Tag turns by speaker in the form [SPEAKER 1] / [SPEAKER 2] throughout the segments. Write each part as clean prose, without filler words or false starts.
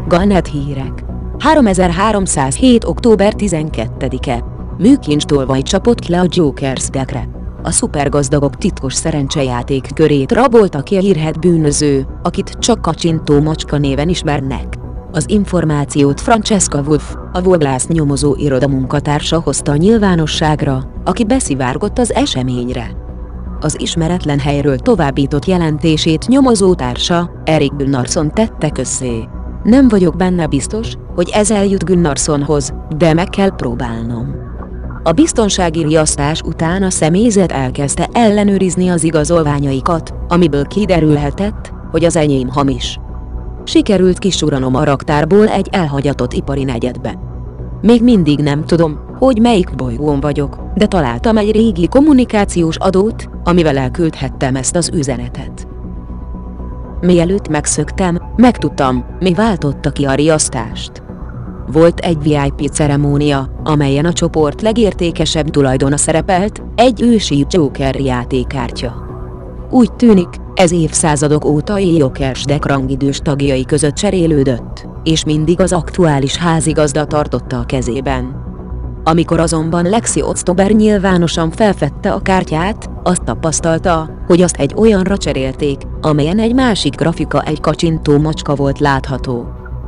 [SPEAKER 1] Galnet hírek. 3307. október 12-e. Műkincstolvaj csapott le a Jokers deckre. A szupergazdagok titkos szerencsejáték körét rabolta ki a hírhedt bűnöző, akit csak Kacsintó Macska néven ismernek. Az információt Francesca Wolf, a Woblász nyomozó iroda munkatársa hozta a nyilvánosságra, aki beszivárgott az eseményre. Az ismeretlen helyről továbbított jelentését nyomozótársa, Erik Gunnarsson tette közzé. Nem vagyok benne biztos, hogy ez eljut Gunnarssonhoz, de meg kell próbálnom. A biztonsági riasztás után a személyzet elkezdte ellenőrizni az igazolványaikat, amiből kiderülhetett, hogy az enyém hamis. Sikerült kisuranom a raktárból egy elhagyatott ipari negyedbe. Még mindig nem tudom, hogy melyik bolygón vagyok, de találtam egy régi kommunikációs adót, amivel elküldhettem ezt az üzenetet. Mielőtt megszöktem, megtudtam, mi váltotta ki a riasztást. Volt egy VIP ceremónia, amelyen a csoport legértékesebb tulajdona szerepelt, egy ősi Joker játékkártya. Úgy tűnik, ez évszázadok óta a Jokers deck rangidős tagjai között cserélődött, és mindig az aktuális házigazda tartotta a kezében. Amikor azonban Lexi Ostober nyilvánosan felfedte a kártyát, azt tapasztalta, hogy azt egy olyanra cserélték, amelyen egy másik grafika, egy Kacsintó Macska volt látható.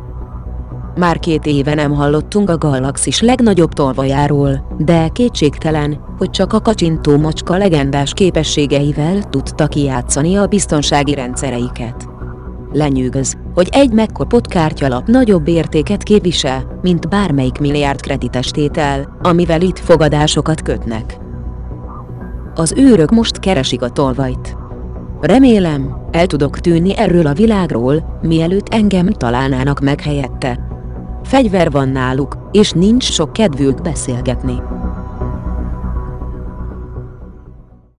[SPEAKER 1] Már 2 éve nem hallottunk a galaxis legnagyobb tolvajáról, de kétségtelen, hogy csak a Kacsintó Macska legendás képességeivel tudta kijátszani a biztonsági rendszereiket. Lenyűgöz, hogy egy megkopott kártyalap nagyobb értéket képvisel, mint bármelyik milliárd kredites tétel, amivel itt fogadásokat kötnek. Az őrök most keresik a tolvajt. Remélem, el tudok tűnni erről a világról, mielőtt engem találnának meg helyette. Fegyver van náluk, és nincs sok kedvük beszélgetni.